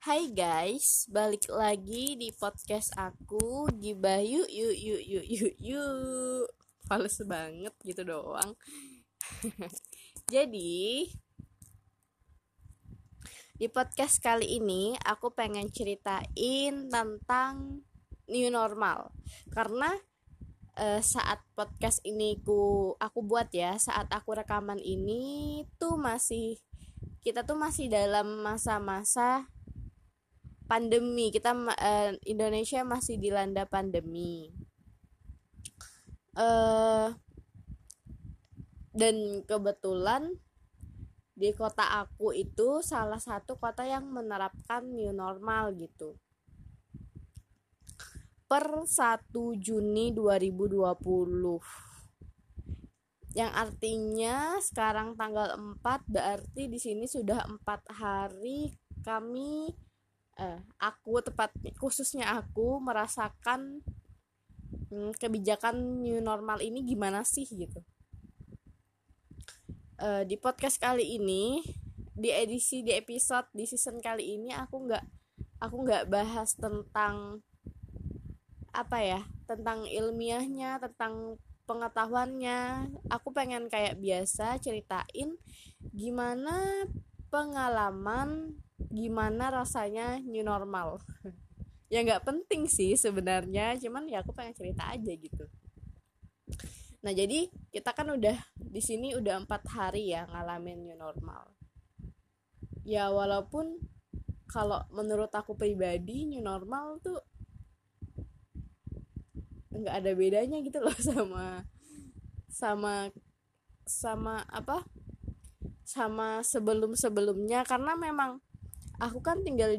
Hai guys, balik lagi di podcast aku Gibah yuk yuk yuk yuk yuk yuk. Fales banget gitu doang. Jadi di podcast kali ini aku pengen ceritain tentang new normal. Karena saat podcast ini aku buat ya, saat aku rekaman ini tuh kita tuh masih dalam masa-masa pandemi. Indonesia masih dilanda pandemi. eh dan kebetulan di kota aku itu salah satu kota yang menerapkan new normal gitu per 1 Juni 2020, yang artinya sekarang tanggal 4, berarti di sini sudah 4 hari kami aku tepat khususnya aku merasakan kebijakan new normal ini gimana sih gitu. Di podcast kali ini, di episode di season kali ini aku nggak bahas tentang apa ya, tentang ilmiahnya, tentang pengetahuannya. Aku pengen kayak biasa ceritain gimana pengalaman, gimana rasanya new normal. Ya nggak penting sih sebenarnya, cuman ya aku pengen cerita aja gitu. Nah, jadi kita kan udah di sini udah 4 hari ya ngalamin new normal. Ya walaupun kalau menurut aku pribadi new normal tuh nggak ada bedanya gitu loh sama sama sama apa sama sebelum-sebelumnya, karena memang aku kan tinggal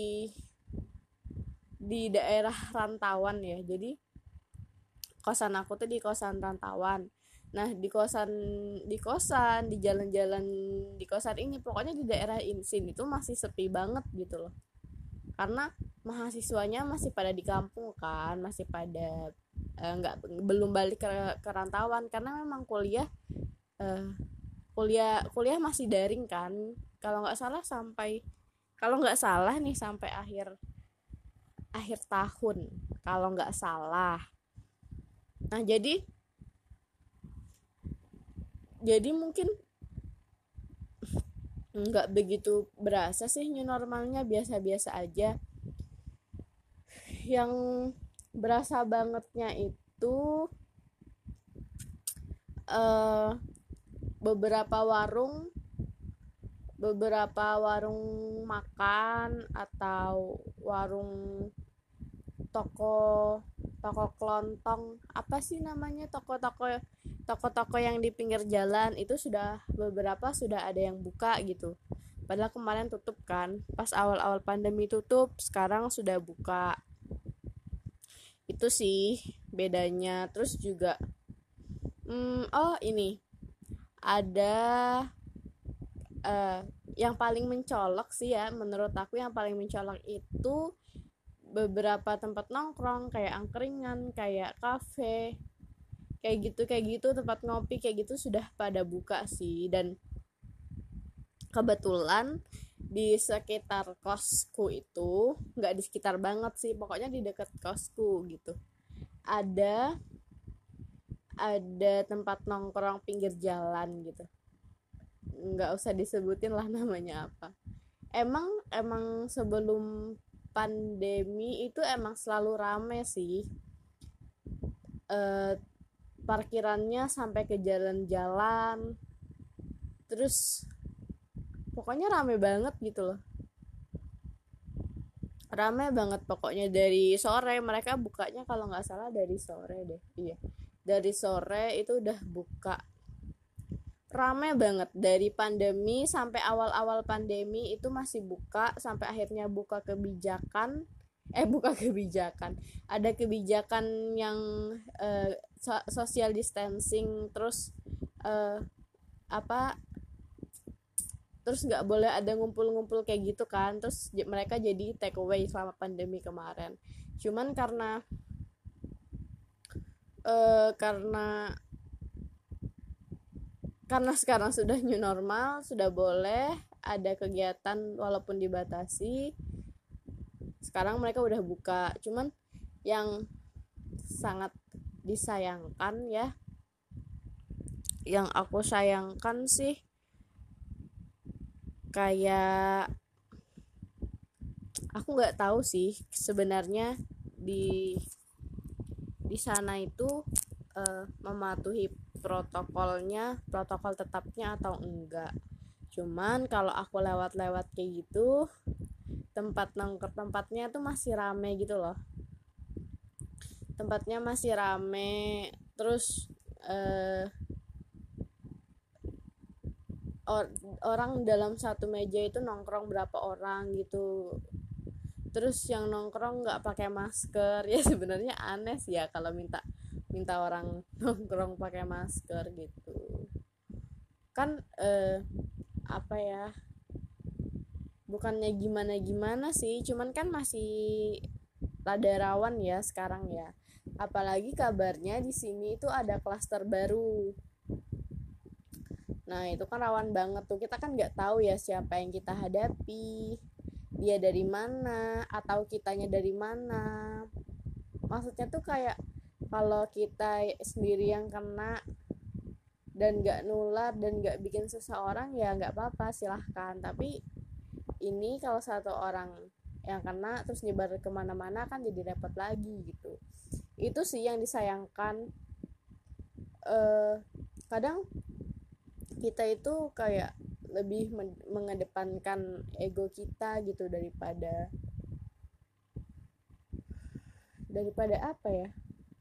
di daerah rantauan ya. Jadi kosan aku tuh di kosan rantauan. Nah, di kosan di jalan-jalan di kosan ini, pokoknya di daerah sini tuh masih sepi banget gitu loh. Karena mahasiswanya masih pada di kampung kan, masih pada nggak belum balik ke rantauan, karena memang eh, kuliah masih daring kan. Kalau nggak salah sampai akhir akhir tahun kalau nggak salah. Nah, jadi mungkin nggak begitu berasa sih new normalnya, biasa-biasa aja. Yang berasa bangetnya itu eh, beberapa warung makan atau warung toko toko kelontong, apa sih namanya, toko-toko yang di pinggir jalan itu beberapa sudah ada yang buka gitu. Padahal kemarin tutup kan, pas awal-awal pandemi tutup, sekarang sudah buka. Itu sih bedanya. Terus juga oh ini ada eh, yang paling mencolok sih ya, menurut aku yang paling mencolok itu beberapa tempat nongkrong kayak angkringan, kayak kafe, kayak gitu tempat ngopi kayak gitu sudah pada buka sih. Dan kebetulan di sekitar kosku itu, nggak di sekitar banget sih, pokoknya di dekat kosku gitu, ada ada tempat nongkrong pinggir jalan gitu. Nggak usah disebutin lah namanya apa. Emang sebelum pandemi itu emang selalu rame sih. eh, Parkirannya sampai ke jalan-jalan, terus pokoknya rame banget gitu loh. Rame banget pokoknya. Dari sore mereka bukanya, kalau nggak salah dari sore deh, iya, dari sore itu udah buka. Rame banget dari pandemi sampai awal-awal pandemi itu masih buka, sampai akhirnya buka kebijakan, ada kebijakan yang social distancing. Terus eh, apa terus nggak boleh ada ngumpul-ngumpul kayak gitu kan. Terus mereka jadi take away selama pandemi kemarin. Cuman eh, karena karena sekarang sudah new normal, sudah boleh ada kegiatan walaupun dibatasi. Sekarang mereka udah buka, cuman yang sangat disayangkan ya, yang aku sayangkan sih kayak aku nggak tahu sih sebenarnya di sana itu mematuhi protokol tetapnya atau enggak. Cuman kalau aku lewat-lewat kayak gitu, tempatnya tuh masih rame gitu loh. Tempatnya masih rame, terus orang dalam satu meja itu nongkrong berapa orang gitu. Terus yang nongkrong nggak pakai masker. Ya sebenarnya aneh sih ya kalau minta orang nongkrong pakai masker gitu kan. Apa ya, bukannya gimana sih, cuman kan masih rada rawan ya sekarang ya, apalagi kabarnya di sini itu ada klaster baru. Nah itu kan rawan banget tuh, kita kan nggak tahu ya siapa yang kita hadapi, dia dari mana atau kitanya dari mana. Maksudnya tuh kayak kalau kita sendiri yang kena dan nggak nular dan nggak bikin seseorang ya nggak apa-apa, silahkan. Tapi ini kalau satu orang yang kena terus nyebar kemana-mana kan jadi repot lagi gitu. Itu sih yang disayangkan. Kadang kita itu kayak lebih mengedepankan ego kita gitu daripada apa ya,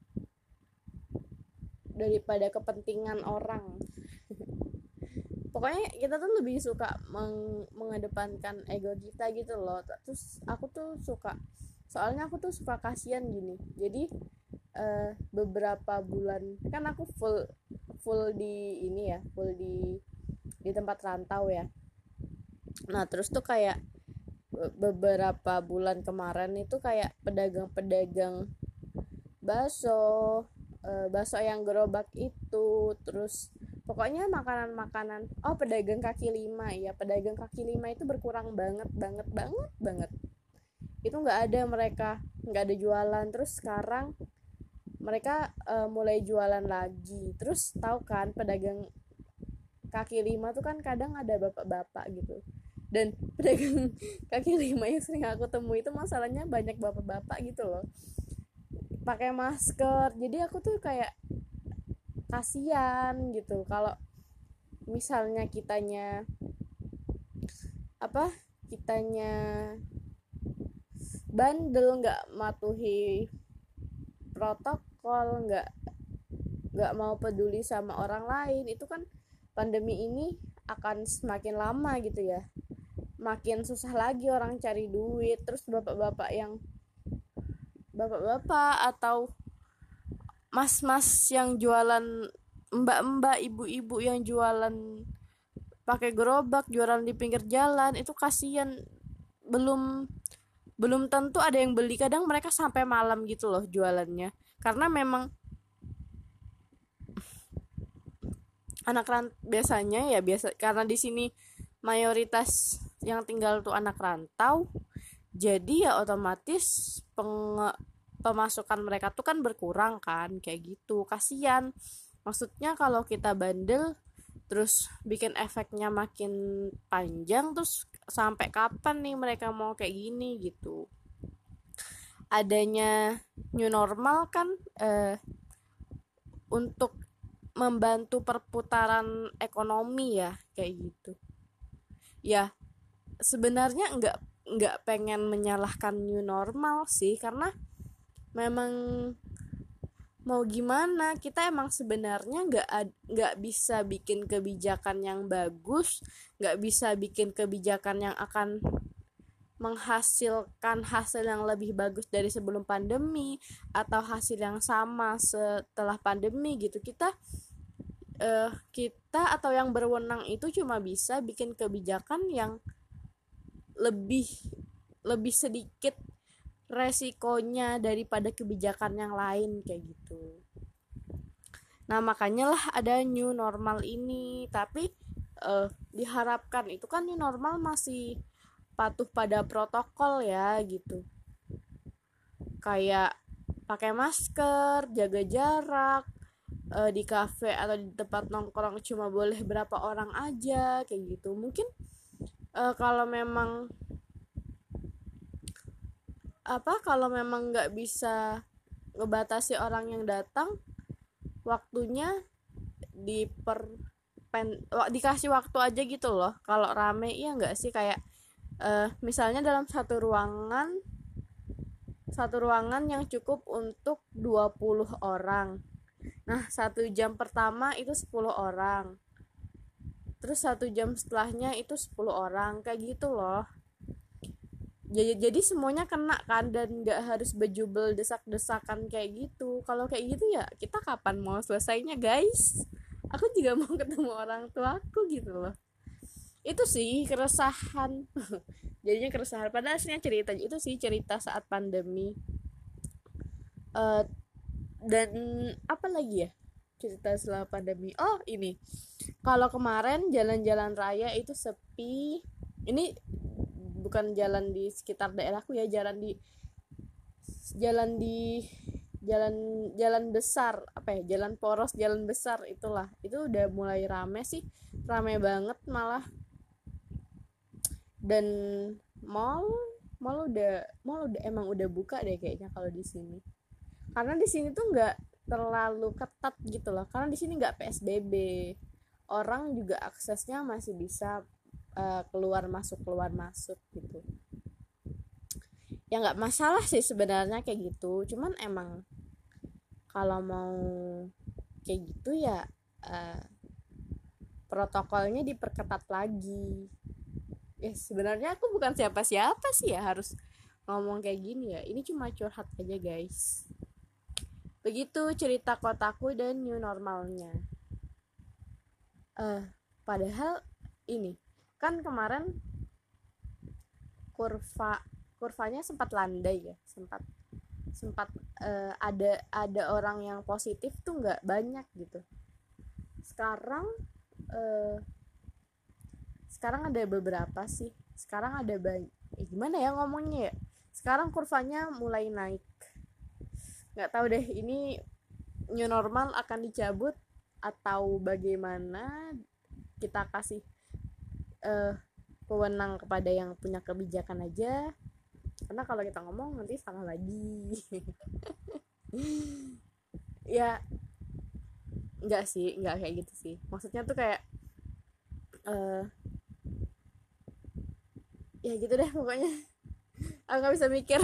daripada kepentingan orang. Pokoknya kita tuh lebih suka mengedepankan ego kita gitu loh. Terus aku tuh suka, soalnya aku tuh suka kasihan gini. Jadi beberapa bulan kan aku full di ini ya, full di tempat rantau ya. Nah terus tuh kayak beberapa bulan kemarin itu kayak pedagang-pedagang bakso, bakso yang gerobak itu, terus pokoknya makanan-makanan. Oh, pedagang kaki lima, ya pedagang kaki lima itu berkurang banget banget banget banget. Itu nggak ada jualan. Terus sekarang mereka mulai jualan lagi. Terus tahu kan pedagang kaki lima tuh kan kadang ada bapak-bapak gitu. Dan pedagang kaki lima yang sering aku temui itu masalahnya banyak bapak-bapak gitu loh, pakai masker. Jadi aku tuh kayak kasihan gitu kalau misalnya kitanya bandel, nggak matuhi protokol, nggak mau peduli sama orang lain. Itu kan pandemi ini akan semakin lama gitu ya, makin susah lagi orang cari duit. Terus bapak-bapak atau mas-mas yang jualan, mbak-mbak, ibu-ibu yang jualan pakai gerobak, jualan di pinggir jalan, itu kasihan. belum belum tentu ada yang beli, kadang mereka sampai malam gitu loh jualannya, karena memang biasanya ya karena di sini mayoritas yang tinggal tuh anak rantau, jadi ya otomatis pemasukan mereka tuh kan berkurang kan, kayak gitu. Kasian, maksudnya kalau kita bandel terus bikin efeknya makin panjang, terus sampai kapan nih mereka mau kayak gini gitu. Adanya new normal kan untuk membantu perputaran ekonomi ya, kayak gitu ya. Sebenarnya nggak pengen menyalahkan new normal sih, karena memang mau gimana, kita emang sebenarnya nggak bisa bikin kebijakan yang bagus, nggak bisa bikin kebijakan yang akan menghasilkan hasil yang lebih bagus dari sebelum pandemi atau hasil yang sama setelah pandemi gitu. Kita atau yang berwenang itu cuma bisa bikin kebijakan yang lebih sedikit resikonya daripada kebijakan yang lain, kayak gitu. Nah makanya lah ada new normal ini. Tapi diharapkan itu kan new normal masih patuh pada protokol ya gitu. kayak pakai masker, jaga jarak, di kafe atau di tempat nongkrong cuma boleh berapa orang aja kayak gitu. Mungkin kalau memang kalau memang nggak bisa ngebatasi orang yang datang, waktunya dikasih waktu aja gitu loh. Kalau rame ya nggak sih, kayak misalnya dalam satu ruangan yang cukup untuk 20 orang. Nah, 1 jam pertama itu 10 orang. Terus 1 jam setelahnya itu 10 orang. Kayak gitu loh. Jadi semuanya kena kan, dan nggak harus bejubel desak-desakan kayak gitu. Kalau kayak gitu ya kita kapan mau selesainya, guys? Aku juga mau ketemu orang tuaku gitu loh. Itu sih keresahan. Jadinya keresahan. Padahal aslinya cerita itu sih, cerita saat pandemi. Eh, dan apa lagi ya, cerita setelah pandemi. Oh ini, kalau kemarin jalan-jalan raya itu sepi. Ini bukan jalan di sekitar daerahku ya, jalan di jalan jalan besar, apa ya, jalan poros, jalan besar itulah, itu udah mulai rame sih, rame banget malah. Dan mall mall udah emang udah buka deh kayaknya kalau di sini, karena di sini tuh nggak terlalu ketat gitu loh, karena di sini nggak PSBB, orang juga aksesnya masih bisa keluar masuk gitu. Ya nggak masalah sih sebenarnya kayak gitu, cuman emang kalau mau kayak gitu ya protokolnya diperketat lagi. Ya sebenarnya aku bukan siapa-siapa sih ya harus ngomong kayak gini ya, ini cuma curhat aja guys. Begitu cerita kotaku dan new normalnya. Padahal ini kan kemarin kurvanya sempat landai ya, sempat ada orang yang positif tuh nggak banyak gitu. Sekarang ada beberapa sih, sekarang ada banyak, gimana ya ngomongnya ya, sekarang kurvanya mulai naik. Nggak tahu deh ini new normal akan dicabut atau bagaimana, kita kasih wewenang kepada yang punya kebijakan aja, karena kalau kita ngomong nanti salah lagi. Ya nggak kayak gitu sih, maksudnya tuh kayak ya gitu deh pokoknya. Aku nggak bisa mikir.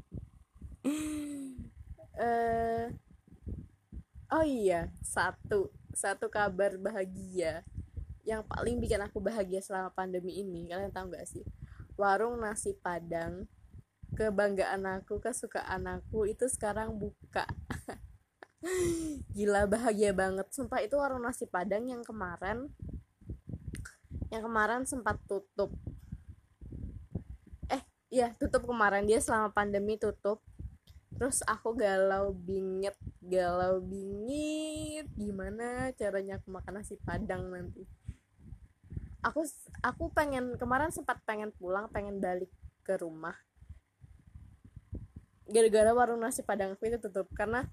Oh iya, satu kabar bahagia yang paling bikin aku bahagia selama pandemi ini, kalian tahu nggak sih? Warung nasi Padang kebanggaan aku, kesukaan aku itu sekarang buka. Gila, bahagia banget sumpah. Itu warung nasi Padang yang kemarin sempat tutup. Iya, tutup kemarin, dia selama pandemi tutup. Terus aku galau bingit gimana caranya aku makan nasi Padang nanti. Aku kemarin sempat pengen pulang, pengen balik ke rumah gara-gara warung nasi Padang aku itu tutup. Karena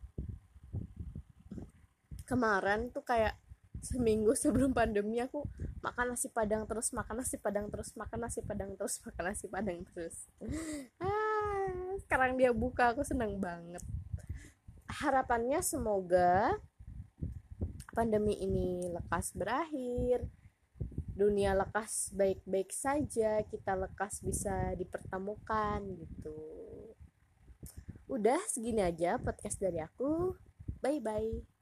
kemarin tuh kayak seminggu sebelum pandemi aku makan nasi Padang terus, makan nasi Padang terus, makan nasi Padang terus, makan nasi Padang terus. Sekarang dia buka, aku seneng banget. Harapannya semoga pandemi ini lekas berakhir, dunia lekas baik-baik saja, kita lekas bisa dipertemukan gitu. Udah segini aja podcast dari aku. Bye bye.